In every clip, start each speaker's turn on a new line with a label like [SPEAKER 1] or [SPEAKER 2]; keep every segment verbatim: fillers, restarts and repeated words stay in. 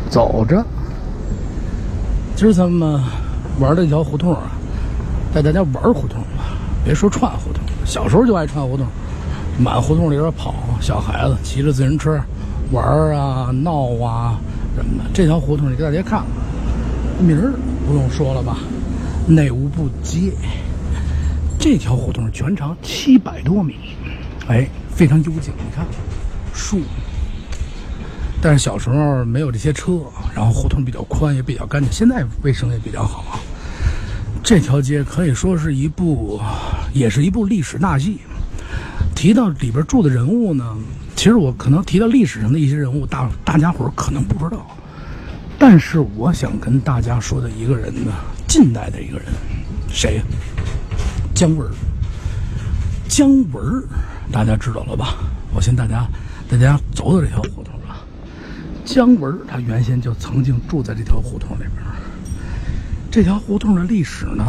[SPEAKER 1] 走着。今儿咱们玩这条胡同啊，带大家玩胡同吧，别说串胡同。小时候就爱串胡同，满胡同里边跑，小孩子骑着自行车玩啊、闹啊什么的。这条胡同你给大家看看，名儿不用说了吧，内务部街。这条胡同全长七百多米，哎，非常幽静。你看，树。但是小时候没有这些车，然后胡同比较宽，也比较干净。现在卫生也比较好。这条街可以说是一部，也是一部历史大戏。提到里边住的人物呢，其实我可能提到历史上的一些人物，大大家伙可能不知道。但是我想跟大家说的一个人呢，近代的一个人，谁？姜文。姜文，大家知道了吧？我先大家大家走走这条胡同。姜文他原先就曾经住在这条胡同里边。这条胡同的历史呢，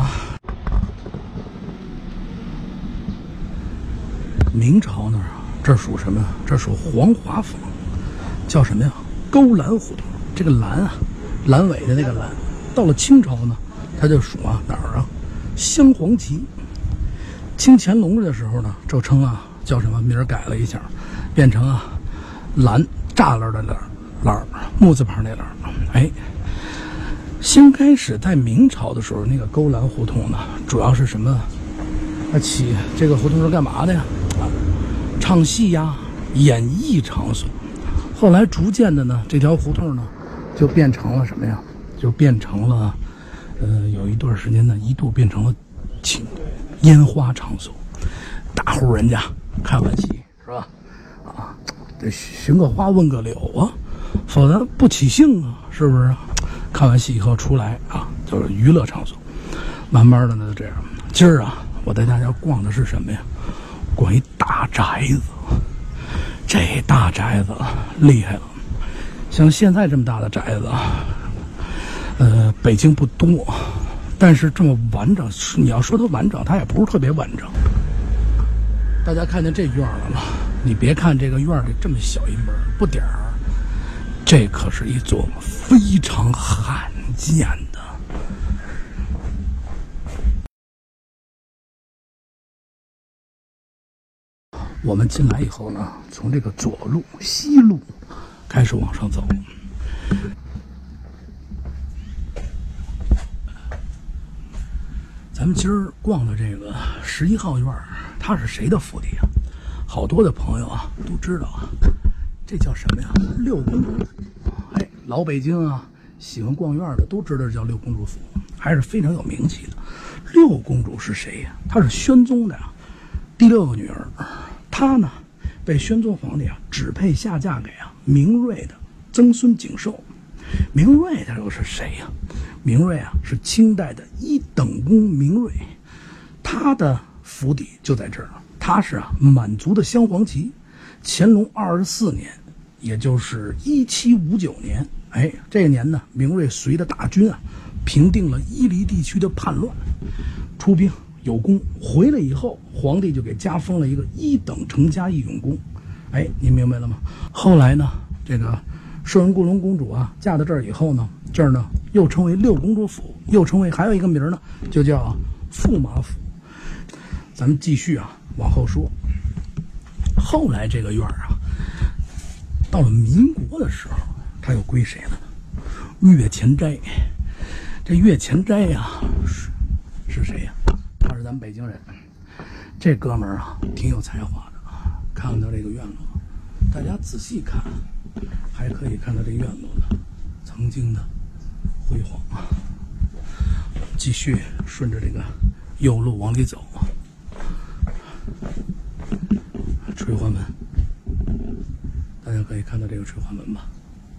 [SPEAKER 1] 明朝那儿这属什么？这属黄华坊，叫什么呀？勾栏胡同。这个栏啊，阑尾的那个栏。到了清朝呢，它就属啊哪儿啊？镶黄旗。清乾隆的时候呢，就称啊叫什么名儿改了一下，变成啊栏栅栏的栏。栏木字旁那栏，哎，先开始在明朝的时候，那个勾栏胡同呢，主要是什么？啊，起这个胡同是干嘛的呀？啊，唱戏呀，演艺场所。后来逐渐的呢，这条胡同呢，就变成了什么呀？就变成了，呃，有一段时间呢，一度变成了请烟花场所，大户人家看完戏是吧？啊，得寻个花问个柳啊。否则不起兴啊，是不是？看完戏以后出来啊，就是娱乐场所。慢慢的呢，就这样。今儿啊，我带大家逛的是什么呀？逛一大宅子。这大宅子厉害了，像现在这么大的宅子，呃，北京不多，但是这么完整，你要说它完整，它也不是特别完整。大家看见这院了吗？你别看这个院里这么小一门，不点儿。这可是一座非常罕见的。我们进来以后呢，从这个左路、西路开始往上走。咱们今儿逛的这个十一号院，它是谁的府邸啊？好多的朋友啊都知道啊。这叫什么呀？六公主府。哎，老北京啊，喜欢逛院的都知道这叫六公主府，还是非常有名气的。六公主是谁呀？她是宣宗的呀，第六个女儿。她呢，被宣宗皇帝啊指配下嫁给啊明瑞的曾孙景寿。明瑞他又是谁呀？明瑞啊是清代的一等公明瑞，他的府邸就在这儿。他是啊满族的镶黄旗。乾隆二十四年，也就是一七五九年，哎，这一年呢，明瑞随着大军啊，平定了伊犁地区的叛乱，出兵有功，回来以后，皇帝就给加封了一个一等成家义勇公。哎，您明白了吗？后来呢，这个顺文固龙公主啊，嫁到这儿以后呢，这儿呢又称为六公主府，又称为还有一个名呢，就叫驸马府。咱们继续啊，往后说。后来这个院啊，到了民国的时候，它又归谁了呢？岳前斋。这岳前斋呀，是是谁呀？他是咱们北京人。这哥们儿啊，挺有才华的啊。看看他这个院落，大家仔细看，还可以看到这院落呢曾经的辉煌啊。继续顺着这个右路往里走。垂花门，大家可以看到这个垂花门吧？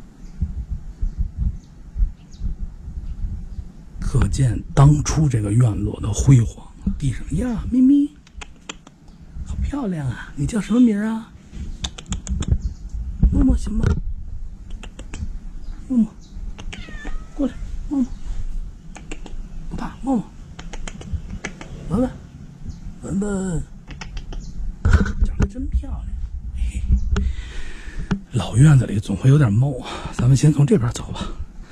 [SPEAKER 1] 可见当初这个院落的辉煌。地上呀，咪咪，好漂亮啊！你叫什么名啊？默默行吗？默默，过来，默默，不怕，默默，文文，文文。长得真漂亮，嘿，老院子里总会有点猫，咱们先从这边走吧。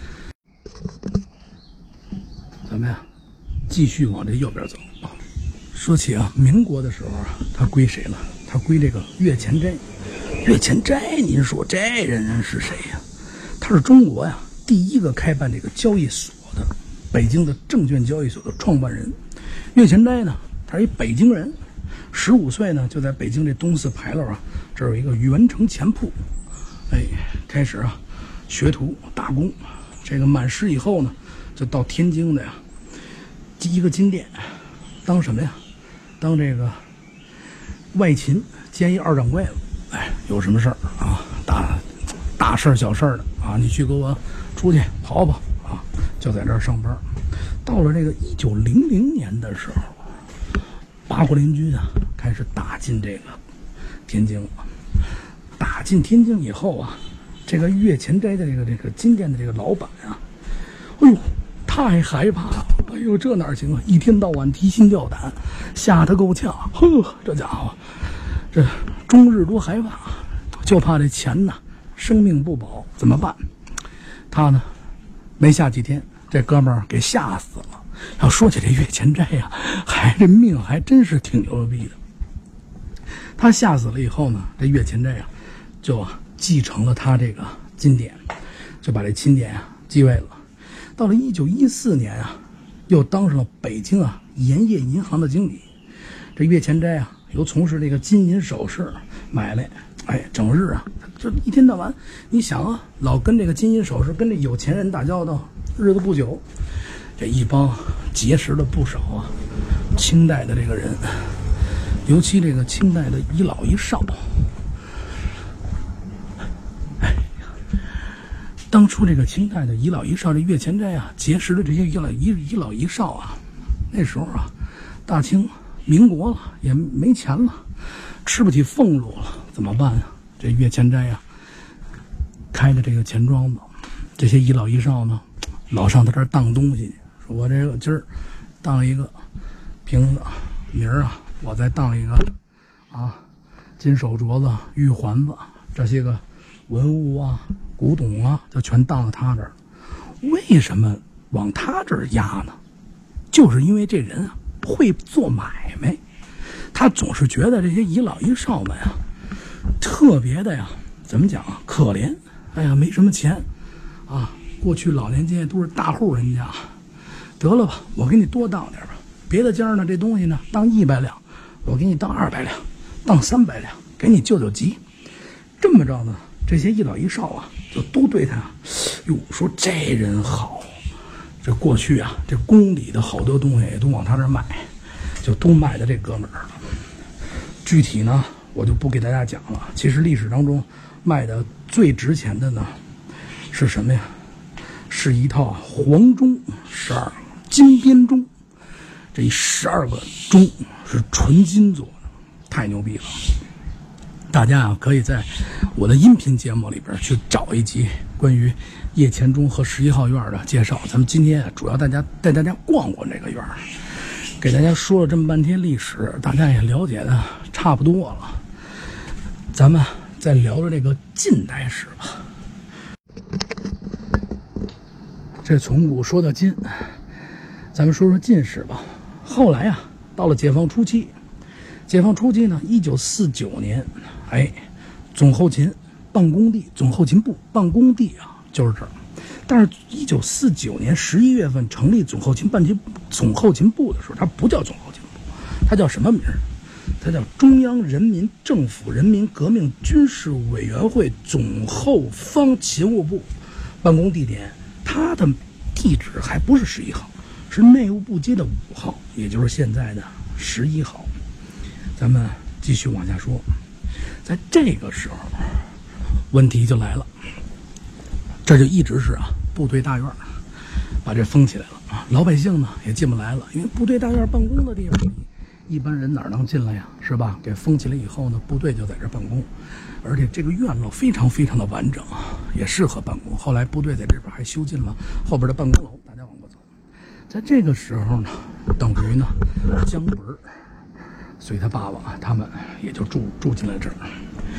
[SPEAKER 1] 咱们呀，继续往这右边走。说起啊，民国的时候啊，它归谁了？它归这个岳前斋。岳前斋，您说这人人是谁呀？他是中国呀第一个开办这个交易所的北京的证券交易所的创办人。岳前斋呢，他是一北京人，十五岁呢就在北京这东四牌楼啊，这有一个元成钱铺，哎，开始啊学徒打工。这个满师以后呢，就到天津的呀一个金店当什么呀？当这个外勤兼一二掌柜了。哎，有什么事儿啊？大大事儿小事儿的啊，你去给我出去跑跑啊，就在这儿上班。到了这个一九零零年的时候，八国联军啊开始打进这个天津了。打进天津以后啊，这个岳前斋的这个这个金店的这个老板啊，哎呦，太害怕了！哎呦，这哪行啊？一天到晚提心吊胆，吓得够呛。呵，这家伙，这终日都害怕，就怕这钱呢，生命不保，怎么办？他呢，没下几天，这哥们儿给吓死了。要说起这岳前斋呀，还这命还真是挺牛逼的。他吓死了以后呢，这岳前斋呀，就啊继承了他这个金典，就把这金典啊继位了。到了一九一四年啊，又当上了北京啊盐业银行的经理。这岳前斋啊，又从事这个金银首饰买卖，哎，整日啊，这一天到晚，你想啊，老跟这个金银首饰，跟这有钱人打交道，日子不久，这一帮结识了不少啊清代的这个人，尤其这个清代的一老一少。哎呀，当初这个清代的一老一少，这岳前斋啊，结识的这些一老一一老一少啊，那时候啊，大清民国了，也没钱了，吃不起俸禄了，怎么办啊？这岳前斋呀，开的这个钱庄子，这些一老一少呢，老上他这儿当东西去，说我这个今儿当一个瓶子，明儿啊我再当一个啊金手镯子、玉环子这些个文物啊、古董啊，就全当到他这儿。为什么往他这儿压呢？就是因为这人啊会做买卖，他总是觉得这些一老一少们啊，特别的呀，怎么讲啊，可怜。哎呀，没什么钱啊，过去老年间都是大户人家，得了吧，我给你多当点吧。别的家呢，这东西呢当一百两，我给你当二百两，当三百两，给你救救急。这么着呢，这些一老一少啊，就都对他，哟，说这人好。这过去啊，这宫里的好多东西也都往他这儿卖，就都卖到这哥们儿了。具体呢，我就不给大家讲了。其实历史当中卖的最值钱的呢，是什么呀？是一套黄钟十二金边钟，这一十二个钟是纯金做的，太牛逼了。大家啊，可以在我的音频节目里边去找一集关于叶前钟和十一号院的介绍。咱们今天啊，主要大家带大家逛逛这个院，给大家说了这么半天历史，大家也了解的差不多了。咱们再聊聊这个近代史吧。这从古说到今，咱们说说近史吧。后来啊，到了解放初期，解放初期呢，一九四九年，哎，总后勤办公地，总后勤部办公地啊，就是这儿。但是，一九四九年十一月份成立总后勤办勤总后勤部的时候，它不叫总后勤部，它叫什么名儿？它叫中央人民政府人民革命军事委员会总后方勤务部。办公地点，它的地址还不是十一号，是内务部街的五号，也就是现在的十一号。咱们继续往下说，在这个时候，问题就来了。这就一直是啊，部队大院把这封起来了啊，老百姓呢也进不来了，因为部队大院办公的地方，一般人哪能进来呀？是吧？给封起来以后呢，部队就在这办公，而且这个院落非常非常的完整，也适合办公。后来部队在这边还修进了后边的办公楼，大家往过走。在这个时候呢，等于呢，姜文随他爸爸他们也就住住进了这儿。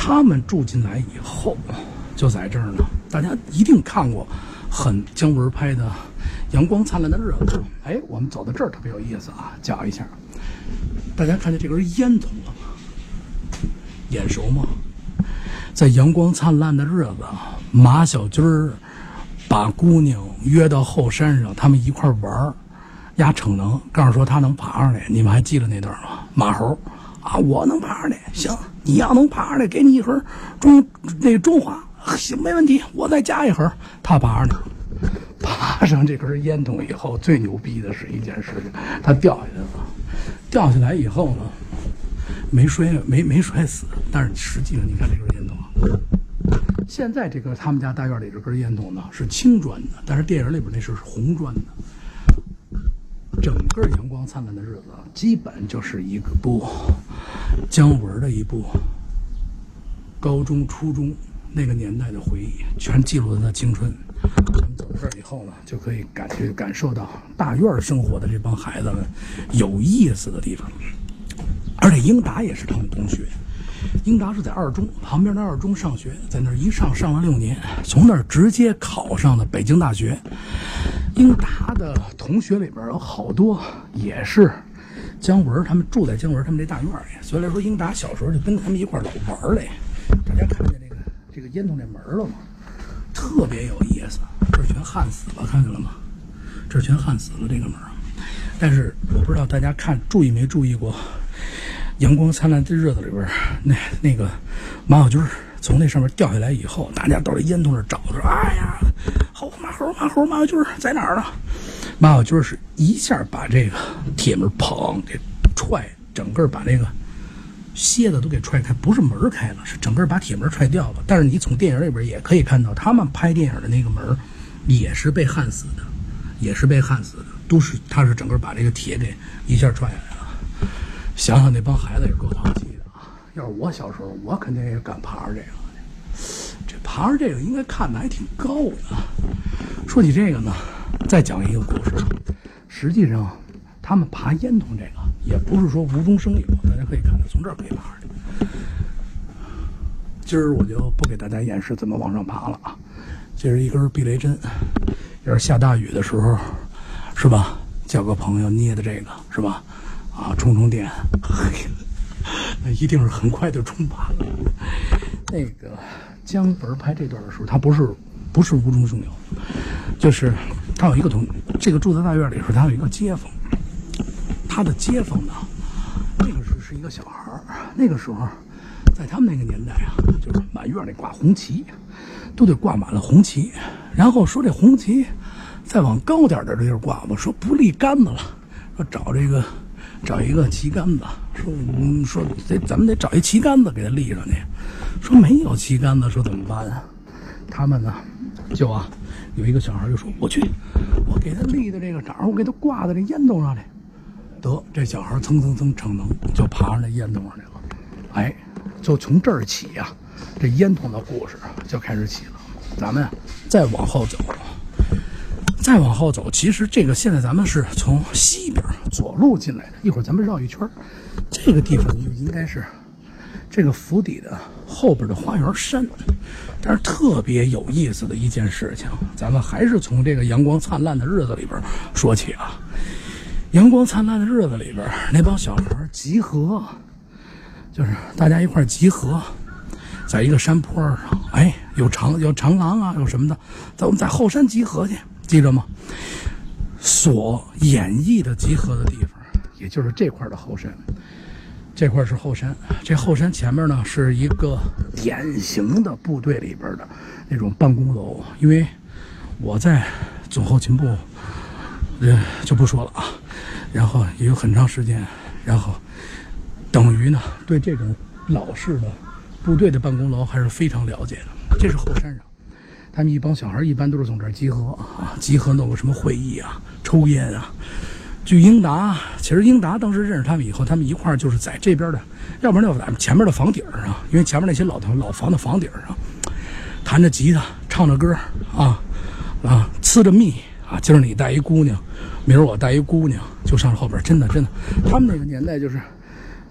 [SPEAKER 1] 他们住进来以后，就在这儿呢。大家一定看过很姜文拍的《阳光灿烂的日子》。哎，我们走到这儿特别有意思啊，讲一下。大家看见这根烟筒了吗？眼熟吗？在阳光灿烂的日子，马小军儿把姑娘约到后山上，他们一块玩儿。压逞能告诉说他能爬上来，你们还记得那段吗？马猴啊，我能爬上来，行，你要能爬上来，给你一盒中那个中华，行，没问题，我再加一盒。他爬上来，爬上这根烟筒以后，最牛逼的是一件事情，他掉下来了。掉下来以后呢，没摔，没没摔死，但是实际上你看这根烟筒，现在这个他们家大院里这根烟筒呢是青砖的，但是电影里边那是红砖的。整个《阳光灿烂的日子》基本就是一个部姜文的一部高中、初中那个年代的回忆，全记录了他的青春。咱们走到这儿以后呢，就可以感觉感受到大院生活的这帮孩子们有意思的地方。而且英达也是他们同学，英达是在二中旁边的二中上学，在那儿一上上了六年，从那儿直接考上了北京大学。英达的同学里边有好多也是姜文他们住在姜文他们这大院里，所以来说英达小时候就跟他们一块老玩嘞。大家看见这个这个烟筒这门了吗？特别有意思，这全焊死了，看见了吗？这全焊死了这个门。但是我不知道大家看注意没注意过《阳光灿烂的日子》里边那那个马小军从那上面掉下来以后，大家到这烟筒那找着，哎呀，好马猴马猴马小军在哪儿呢？马小军是一下把这个铁门砰给踹，整个把那个楔子都给踹开，不是门开了，是整个把铁门踹掉了。但是你从电影里边也可以看到，他们拍电影的那个门也是被焊死的，也是被焊死的，都是他是整个把这个铁给一下踹下来了。想想那帮孩子也够淘气的啊！要是我小时候，我肯定也敢爬上这个。这爬上这个应该看的还挺高的。说起这个呢，再讲一个故事。实际上，他们爬烟筒这个也不是说无中生有，大家可以看到，从这儿可以爬上去。今儿我就不给大家演示怎么往上爬了啊。这是一根避雷针，要是下大雨的时候，是吧？叫个朋友捏的这个，是吧？啊，充充电，那一定是很快就充满了。那个姜文拍这段的时候，他不是不是无中生有，就是他有一个同这个住在大院里的时候，他有一个街坊，他的街坊呢，那个是是一个小孩儿，那个时候在他们那个年代啊，就是满院里挂红旗，都得挂满了红旗，然后说这红旗再往高点的地儿挂吧，说不立杆子了，说找这个。找一个旗杆子，说嗯，说得咱们得找一旗杆子给他立上去。说没有旗杆子，说怎么办啊？他们呢，就啊，有一个小孩就说我去，我给他立的这个掌，我给他挂在这烟筒上去。得，这小孩蹭蹭蹭逞能，就爬上这烟筒上去了。哎，就从这儿起呀、啊，这烟筒的故事就开始起了。咱们再往后走。再往后走，其实这个现在咱们是从西边左路进来的，一会儿咱们绕一圈，这个地方就应该是这个府邸的后边的花园山。但是特别有意思的一件事情，咱们还是从这个阳光灿烂的日子里边说起啊。阳光灿烂的日子里边，那帮小孩集合，就是大家一块集合，在一个山坡上，哎，有长有长廊啊，有什么的，咱们在后山集合去。记着吗？所演绎的集合的地方，也就是这块的后山。这块是后山，这后山前面呢是一个典型的部队里边的那种办公楼。因为我在总后勤部，呃，就不说了啊。然后也有很长时间，然后等于呢对这种老式的部队的办公楼还是非常了解的。这是后山上。他们一帮小孩一般都是从这儿集合啊，集合弄个什么会议啊，抽烟啊。据英达，其实英达当时认识他们以后，他们一块儿就是在这边的，要不然就在前面的房顶上，因为前面那些老老房的房顶上，弹着吉他，唱着歌啊啊，呲着蜜啊。今儿你带一姑娘，明儿我带一姑娘，就上后边，真的真的，他们那个年代就是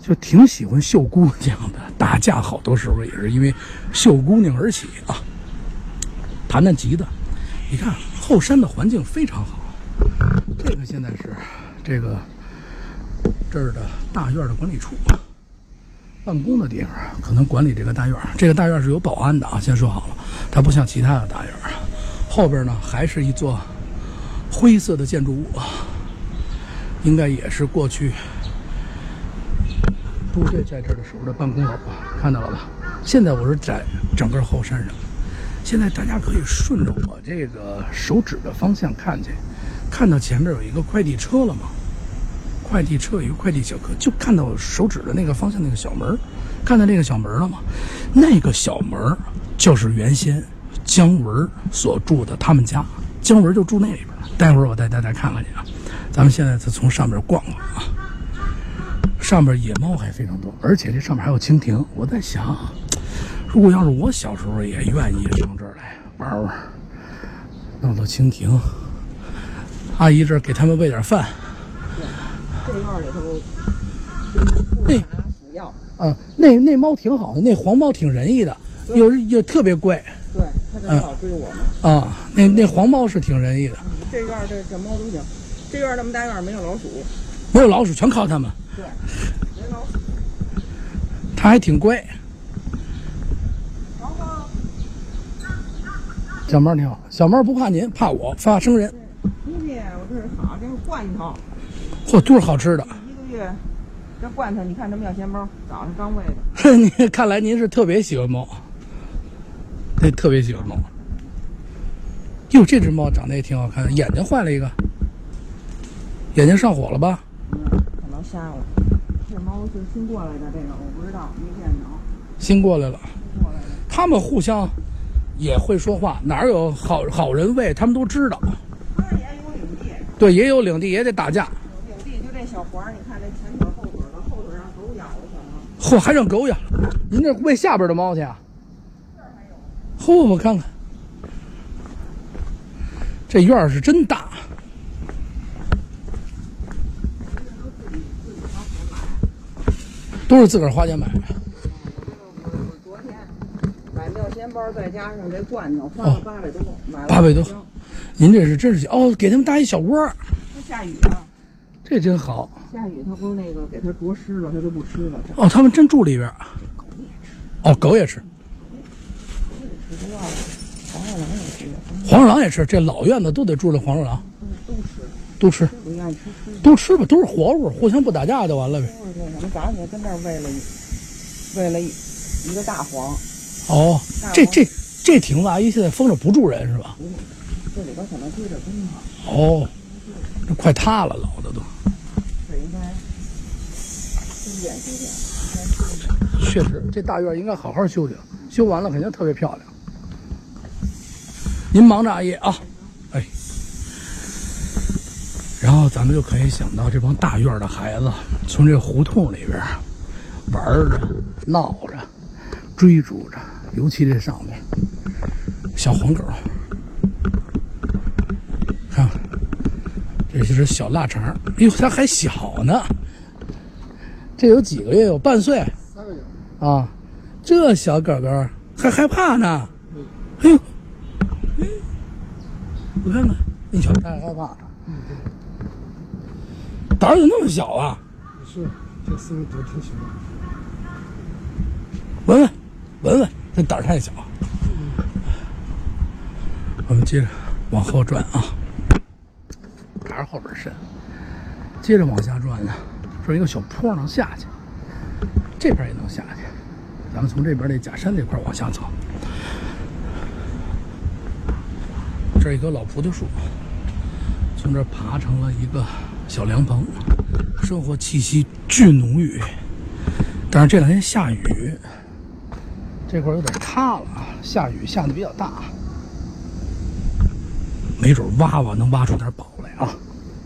[SPEAKER 1] 就挺喜欢秀姑娘的，打架好多时候也是因为秀姑娘而起啊。弹弹吉他，你看后山的环境非常好。这个现在是这个这儿的大院的管理处，办公的地方，可能管理这个大院。这个大院是有保安的啊，先说好了，它不像其他的大院。后边呢还是一座灰色的建筑物，应该也是过去部队在这儿的时候的办公楼，看到了吧？现在我是在整个后山上，现在大家可以顺着我这个手指的方向看去，看到前面有一个快递车了吗？快递车有一个快递小哥，就看到手指的那个方向那个小门，看到那个小门了吗？那个小门就是原先姜文所住的他们家，姜文就住那里边。待会儿我带大家看看去啊，咱们现在就从上边逛逛啊。上面野猫还非常多，而且这上面还有蜻蜓。我在想，如果要是我小时候也愿意上这儿来玩玩，弄到蜻蜓，阿姨这儿给他们喂点饭。
[SPEAKER 2] 这院里头
[SPEAKER 1] 那
[SPEAKER 2] 补药
[SPEAKER 1] 啊，那那猫挺好的，那黄猫挺仁义的，又又特别乖。
[SPEAKER 2] 对，它就老追我们。
[SPEAKER 1] 啊，那那黄猫是挺仁义的。
[SPEAKER 2] 这院这这猫都行，这院那么大院没有老鼠，
[SPEAKER 1] 没有老鼠，全靠它们。
[SPEAKER 2] 对，没老鼠。
[SPEAKER 1] 它还挺乖。
[SPEAKER 2] 然后
[SPEAKER 1] 小猫挺好，小猫不怕您，怕我发生人。
[SPEAKER 2] 今天我这是好，这是罐头，
[SPEAKER 1] 嚯，都是好吃的。
[SPEAKER 2] 一个月这罐头，你看这妙鲜包，早上刚喂的。
[SPEAKER 1] 您看来您是特别喜欢猫，对，特别喜欢猫。哟，这只猫长得也挺好看的，眼睛坏了一个，眼睛上火了吧？
[SPEAKER 2] 嗯，可能瞎了。这猫是新过来的，这个我不知道，没见着。
[SPEAKER 1] 新过来了。
[SPEAKER 2] 新过来的。
[SPEAKER 1] 他们互相也会说话，哪儿有好好人喂，他们都知道。
[SPEAKER 2] 它也有领地。
[SPEAKER 1] 对，也有领地，也得打架。
[SPEAKER 2] 有领地就这小环，你看这前腿后腿的，后腿让狗咬了可能。
[SPEAKER 1] 嚯，还让狗咬！您这喂下边的猫去啊？
[SPEAKER 2] 这儿还有。
[SPEAKER 1] 嚯，我看看，这院儿是真大。都是自个儿花钱买的。
[SPEAKER 2] 我昨天买妙鲜包，再加上这罐头，花了八百多，买了
[SPEAKER 1] 八百多。您这是真是哦，给他们搭一小窝。
[SPEAKER 2] 它下雨了，
[SPEAKER 1] 这真好。
[SPEAKER 2] 下雨它不是那个给它着湿了，它就不吃了。
[SPEAKER 1] 哦，他们真住里边。哦，狗也吃。
[SPEAKER 2] 吃多了，黄鼠狼也吃。
[SPEAKER 1] 黄鼠狼也吃，这老院子都得住这黄鼠狼。
[SPEAKER 2] 都吃。
[SPEAKER 1] 都吃。
[SPEAKER 2] 不愿意吃吃。
[SPEAKER 1] 都吃吧，都是活物，互相不打架就完了呗。
[SPEAKER 2] 都是这个，我们早上跟那儿喂了一喂了一一个大黄。
[SPEAKER 1] 哦，这这这亭子阿姨现在封着不住人是吧？
[SPEAKER 2] 不是，这里边可能堆着工厂。
[SPEAKER 1] 哦，这快塌了，老的都。
[SPEAKER 2] 这应该修剪修剪。
[SPEAKER 1] 确实，这大院应该好好修修，修完了肯定特别漂亮。您忙着，阿姨啊，哎。然后咱们就可以想到这帮大院的孩子，从这胡同里边玩着、闹着、追逐着，尤其这上面小黄狗，看看，这就是小腊肠。哎呦，它还小呢，这有几个月？有半岁。
[SPEAKER 3] 三个月。
[SPEAKER 1] 啊，这小狗狗还害怕呢。哎呦，哎，我看看，你瞧，它还害怕。
[SPEAKER 3] 嗯，对。
[SPEAKER 1] 胆儿怎么那么小啊？
[SPEAKER 3] 是，这四个胆儿挺小的。
[SPEAKER 1] 闻闻，闻闻，这胆儿太小。嗯、我们接着往后转啊，还是后边深。接着往下转呢，这是一个小坡能下去，这边也能下去。咱们从这边这假山这块往下走，这儿一棵老葡萄树，从这儿爬成了一个小凉棚，生活气息巨浓郁。但是这两天下雨，这块有点塌了啊，下雨下的比较大，没准挖挖能挖出点宝来啊。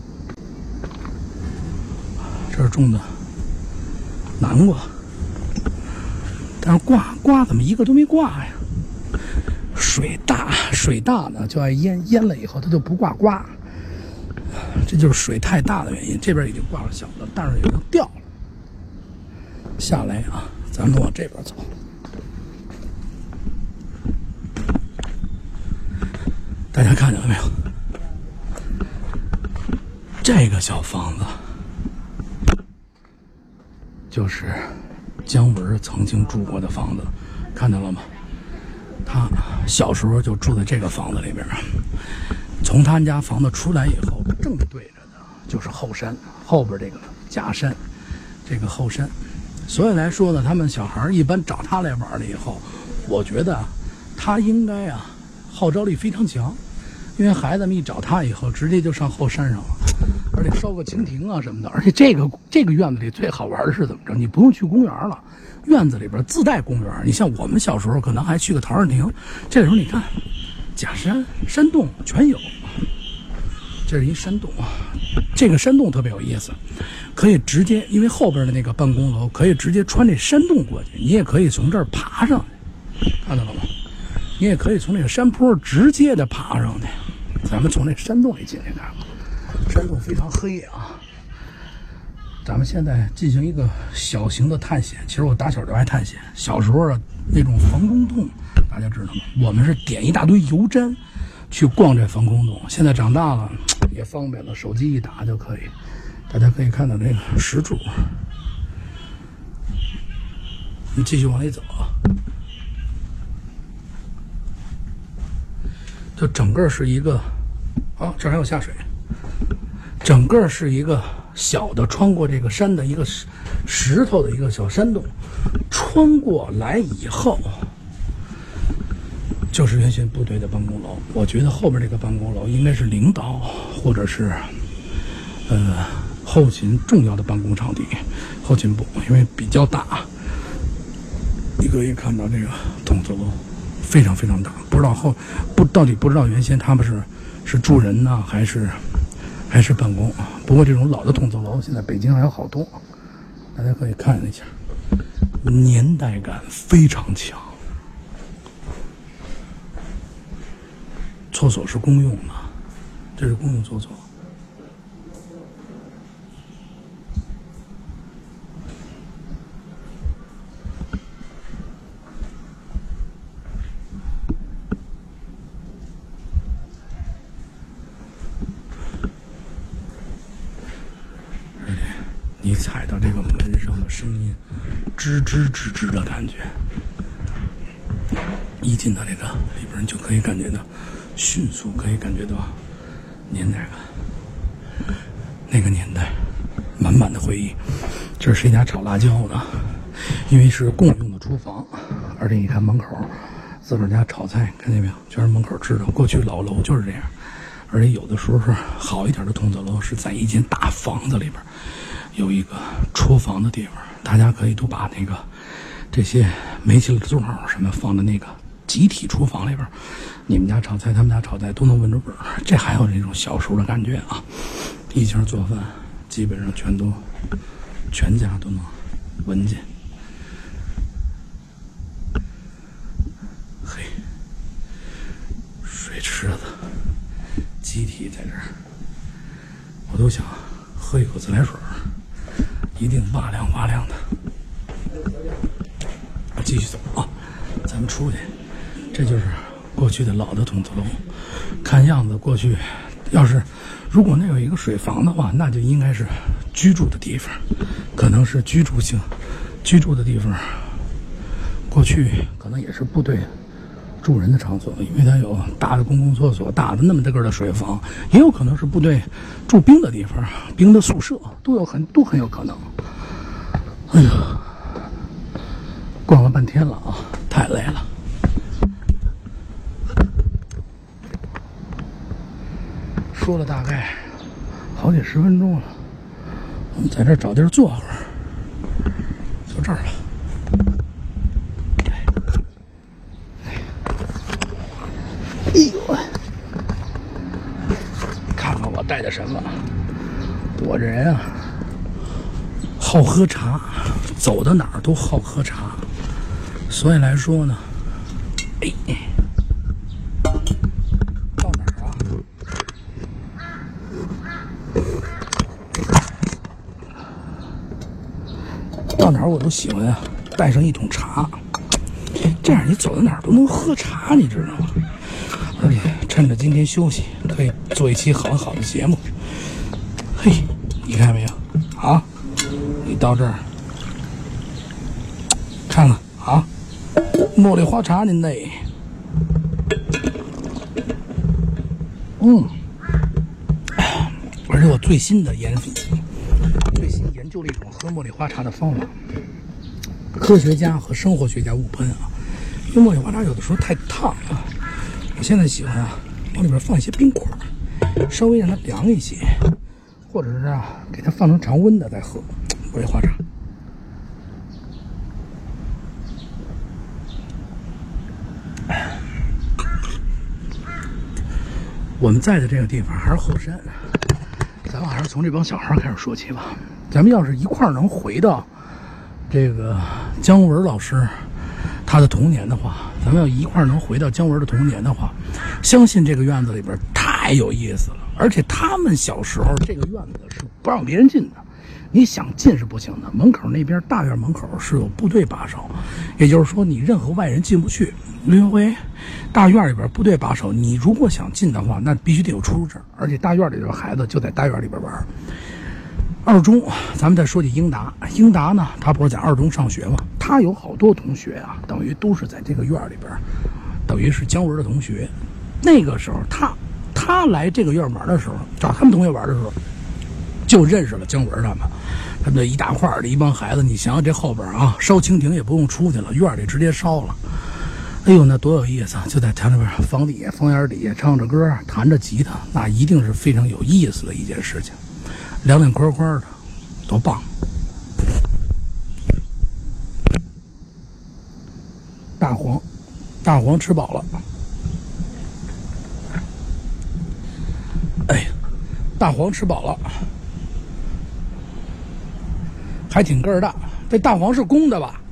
[SPEAKER 1] 这是种的南瓜，但是挂挂怎么一个都没挂呀？水大，水大呢就爱淹，淹了以后它就不挂瓜。这就是水太大的原因，这边已经挂了小的，但是已经掉了。 下来啊，咱们往这边走。大家看见了没有？这个小房子就是姜文曾经住过的房子，看到了吗？他小时候就住在这个房子里边。从他们家房子出来以后，正对着的就是后山，后边这个假山，这个后山。所以来说呢，他们小孩一般找他来玩了以后，我觉得他应该啊号召力非常强，因为孩子们一找他以后，直接就上后山上了，而且烧个蜻蜓啊什么的。而且这个这个院子里最好玩的是怎么着？你不用去公园了，院子里边自带公园。你像我们小时候可能还去个陶然亭，这时候你看假山山洞全有。这是一山洞啊，这个山洞特别有意思，可以直接，因为后边的那个办公楼可以直接穿这山洞过去，你也可以从这儿爬上去，看到了吗？你也可以从那个山坡直接的爬上去。咱们从那山洞里进去看看，山洞非常黑啊。咱们现在进行一个小型的探险。其实我打小就爱探险，小时候啊那种防空洞，大家知道吗？我们是点一大堆油毡去逛这防空洞。现在长大了也方便了，手机一打就可以。大家可以看到这个石柱，我们继续往里走啊。这整个是一个，啊，这还有下水。整个是一个小的穿过这个山的一个石石头的一个小山洞，穿过来以后就是原先部队的办公楼。我觉得后边这个办公楼应该是领导或者是呃后勤重要的办公场地，后勤部，因为比较大。你可以看到这个筒子楼非常非常大，不知道后不到底不知道原先他们是是住人呢还是还是办公。不过这种老的筒子楼现在北京还有好多，大家可以看一下，年代感非常强。厕所是公用的，这是公用厕所。而且你踩到这个门上的声音，吱吱吱吱的感觉，一进到这个里边，你就可以感觉到。迅速可以感觉到年代感，那个年代满满的回忆。这是一家炒辣椒的，因为是共用的厨房，而且你看门口自个儿家炒菜，看见没有？全是门口支的。过去老楼就是这样，而且有的时候是好一点的筒子楼是在一间大房子里边有一个厨房的地方，大家可以都把那个这些煤气灶什么放在那个集体厨房里边。你们家炒菜，他们家炒菜都能闻着味儿，这还有那种小时候的感觉啊！一家做饭，基本上全都，全家都能闻见。嘿，水池子，集体在这儿，我都想喝一口自来水，一定哇凉哇凉的。继续走啊，咱们出去，这就是。过去的老的筒子楼，看样子过去要是如果那有一个水房的话，那就应该是居住的地方，可能是居住性居住的地方。过去可能也是部队住人的场所，因为它有大的公共厕所，大的那么大个的水房，也有可能是部队驻兵的地方，兵的宿舍都有很都很有可能。哎呀，逛了半天了啊，太累了。说了大概好几十分钟了，我们在这儿找地儿坐会儿，就这儿吧。哎呦，看看我带的什么？我这人啊，好喝茶，走到哪儿都好喝茶，所以来说呢，哎。到哪儿儿我都喜欢啊，带上一桶茶，这样你走到哪儿都能喝茶，你知道吗？而且趁着今天休息，可以做一期很好的节目。嘿，你看没有啊？你到这儿看看啊，茉莉花茶您嘞。嗯，而且我最新的研最新研究了一种喝茉莉花茶的方法。科学家和生活学家误喷啊，因为茉莉花茶有的时候太烫啊。我现在喜欢啊，往里边放一些冰块，稍微让它凉一些，或者是啊，给它放成常温的再喝茉莉花茶。我们在的这个地方还是后山，咱们还是从这帮小孩开始说起吧。咱们要是一块儿能回到这个姜文老师他的童年的话，咱们要一块儿能回到姜文的童年的话，相信这个院子里边太有意思了。而且他们小时候这个院子是不让别人进的，你想进是不行的。门口那边大院门口是有部队把守，也就是说你任何外人进不去。因为大院里边部队把守，你如果想进的话，那必须得有出入证，而且大院里的孩子就在大院里边玩。二中，咱们再说起英达，英达呢，他不是在二中上学吗？他有好多同学啊，等于都是在这个院里边，等于是姜文的同学。那个时候，他他来这个院玩的时候，找他们同学玩的时候，就认识了姜文他们。他们一大块的一帮孩子，你想想这后边啊，烧蜻蜓也不用出去了，院里直接烧了。哎呦，那多有意思啊！就在他那边房底下、房檐底下唱着歌、弹着吉他，那一定是非常有意思的一件事情。凉凉快快的，多棒！大黄，大黄吃饱了。哎，大黄吃饱了，还挺个儿大。这大黄是公的吧？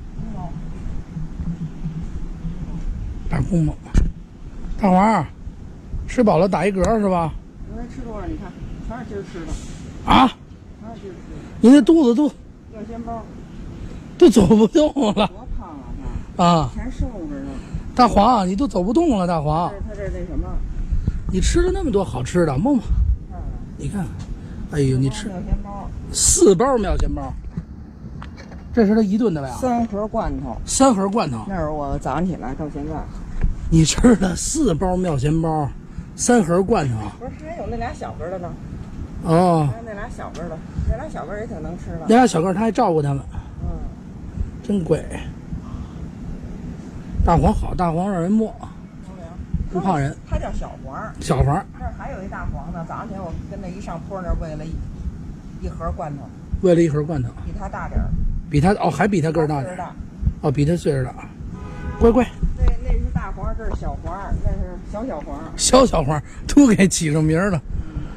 [SPEAKER 1] 大公猫，大黄吃饱了打一嗝是吧？
[SPEAKER 2] 昨天吃多少？你看，全是今儿吃的。
[SPEAKER 1] 啊！
[SPEAKER 2] 全是今儿吃的。
[SPEAKER 1] 你那肚子都
[SPEAKER 2] 料鲜包
[SPEAKER 1] 都走不动了
[SPEAKER 2] 多胖啊他！
[SPEAKER 1] 啊！
[SPEAKER 2] 全瘦着呢。
[SPEAKER 1] 大黄，你都走不动了，大黄。
[SPEAKER 2] 他这那什么？
[SPEAKER 1] 你吃了那么多好吃的，梦梦，
[SPEAKER 2] 看看，
[SPEAKER 1] 你看，哎呦，你吃
[SPEAKER 2] 料鲜包，
[SPEAKER 1] 四包妙鲜包，这是他一顿的吧？
[SPEAKER 2] 三盒罐头。
[SPEAKER 1] 三盒罐头。
[SPEAKER 2] 那是我早上起来到现在。
[SPEAKER 1] 你吃了四包妙鲜包，三盒罐头。
[SPEAKER 2] 不是，还有那俩小个的呢。
[SPEAKER 1] 哦。
[SPEAKER 2] 还有那俩小个的，那俩小个也挺能吃的。
[SPEAKER 1] 那俩小个他还照顾他们。
[SPEAKER 2] 嗯。
[SPEAKER 1] 真贵。大黄好，大黄让人摸，不怕人。
[SPEAKER 2] 它叫小黄。
[SPEAKER 1] 小黄。
[SPEAKER 2] 那儿还有一大黄呢。早上起来我跟那一上坡那儿喂了一一盒罐头。
[SPEAKER 1] 喂了一盒罐头。
[SPEAKER 2] 比它大点儿。
[SPEAKER 1] 比它哦，还比它个儿大点儿。哦，比它岁数大。乖乖。
[SPEAKER 2] 那那是大黄，这是小黄，那是小小黄。
[SPEAKER 1] 小小黄都给起上名了。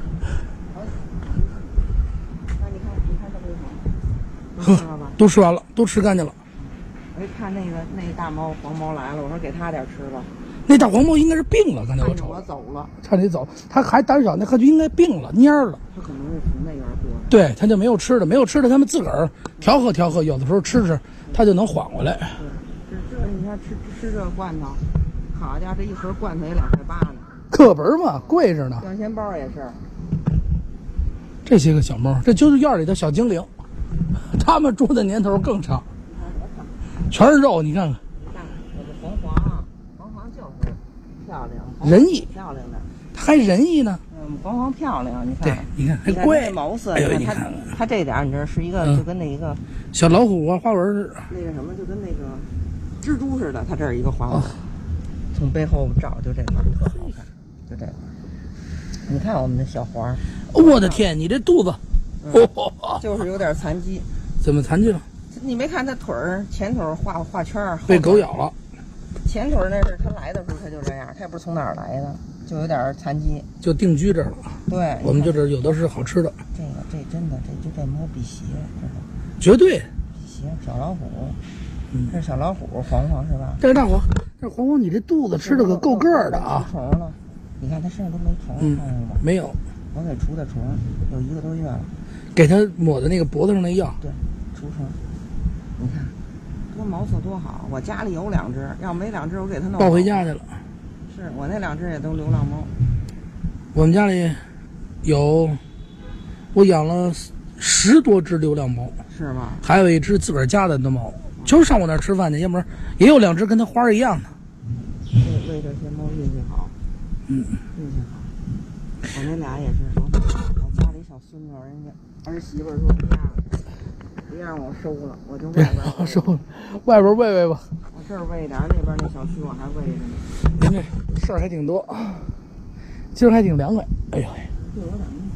[SPEAKER 2] 那你看，你看这么一盒，
[SPEAKER 1] 都吃完了，都吃干净了。
[SPEAKER 2] 我一看那个那大猫黄猫来了，我说给它点吃吧。
[SPEAKER 1] 那大黄猫应该是病了，刚才我瞅。
[SPEAKER 2] 我走了，
[SPEAKER 1] 差点走，它还胆小，那它就应该病了，蔫了。
[SPEAKER 2] 它可能是从那边过来。
[SPEAKER 1] 对，它就没有吃的，没有吃的，他们自个儿调和调和，有的时候吃吃，它就能缓过来。
[SPEAKER 2] 对，这这你看吃吃这罐头，好家伙，这一盒罐头也两块八呢。
[SPEAKER 1] 课本嘛，贵着呢。
[SPEAKER 2] 料鲜包也是。
[SPEAKER 1] 这些个小猫，这就是院里的小精灵，它们住的年头更长，全是肉，你看看。
[SPEAKER 2] 你看我这黄黄，黄黄就是漂亮，
[SPEAKER 1] 仁义，
[SPEAKER 2] 漂亮的，
[SPEAKER 1] 它还仁义呢。
[SPEAKER 2] 嗯，黄黄漂亮，你看。
[SPEAKER 1] 对，你看还
[SPEAKER 2] 你看
[SPEAKER 1] 乖。
[SPEAKER 2] 这毛色，
[SPEAKER 1] 哎呦，
[SPEAKER 2] 你看它它这点你知道是一个，就跟那一个
[SPEAKER 1] 小老虎啊，花纹似的。
[SPEAKER 2] 那个什么，就跟那个蜘蛛似的，它这儿一个花纹，从背后照就这块特好看，就这块。你看我们的小黄，
[SPEAKER 1] 我的天，你这肚子，
[SPEAKER 2] 哦，就是有点残疾。
[SPEAKER 1] 怎么残疾了？
[SPEAKER 2] 你没看他腿儿前腿画画圈儿，
[SPEAKER 1] 被狗咬了。
[SPEAKER 2] 前腿那是他来的时候他就这样，他也不知道从哪儿来的，就有点残疾，
[SPEAKER 1] 就定居这儿了。
[SPEAKER 2] 对，
[SPEAKER 1] 我们就这有的是好吃的。
[SPEAKER 2] 这个这真的这就这摸辟邪，这个
[SPEAKER 1] 绝对
[SPEAKER 2] 辟邪小老虎，
[SPEAKER 1] 嗯，
[SPEAKER 2] 这是小老虎黄黄是吧？
[SPEAKER 1] 这个大黄，这黄黄，你这肚子吃的可够个儿的啊！
[SPEAKER 2] 虫了，你看它身上都没虫，
[SPEAKER 1] 嗯，
[SPEAKER 2] 看见吗？
[SPEAKER 1] 没有，
[SPEAKER 2] 我给除的虫，有一个多月了。
[SPEAKER 1] 给它抹的那个脖子上那药。
[SPEAKER 2] 对，除虫。 你看，多毛色多好！我家里有两只，要没两只我给它弄
[SPEAKER 1] 抱回家去了。
[SPEAKER 2] 是我那两只也都流浪猫。
[SPEAKER 1] 我们家里有，我养了十多只流浪猫，
[SPEAKER 2] 是吗？
[SPEAKER 1] 还有一只自个儿家的的猫，就是上我那儿吃饭去，要不然也有两只跟它花儿一样的。
[SPEAKER 2] 喂喂这些猫运气好，
[SPEAKER 1] 嗯，
[SPEAKER 2] 运气好。我那俩也是，我我家里小孙女人家儿媳妇说不下了，别让我收了，我就外边
[SPEAKER 1] 我收了，外边喂喂吧。
[SPEAKER 2] 我这儿喂点，那边那小区我还喂着呢。
[SPEAKER 1] 您这事儿还挺多，今儿还挺凉快。哎呦，
[SPEAKER 2] 对我怎么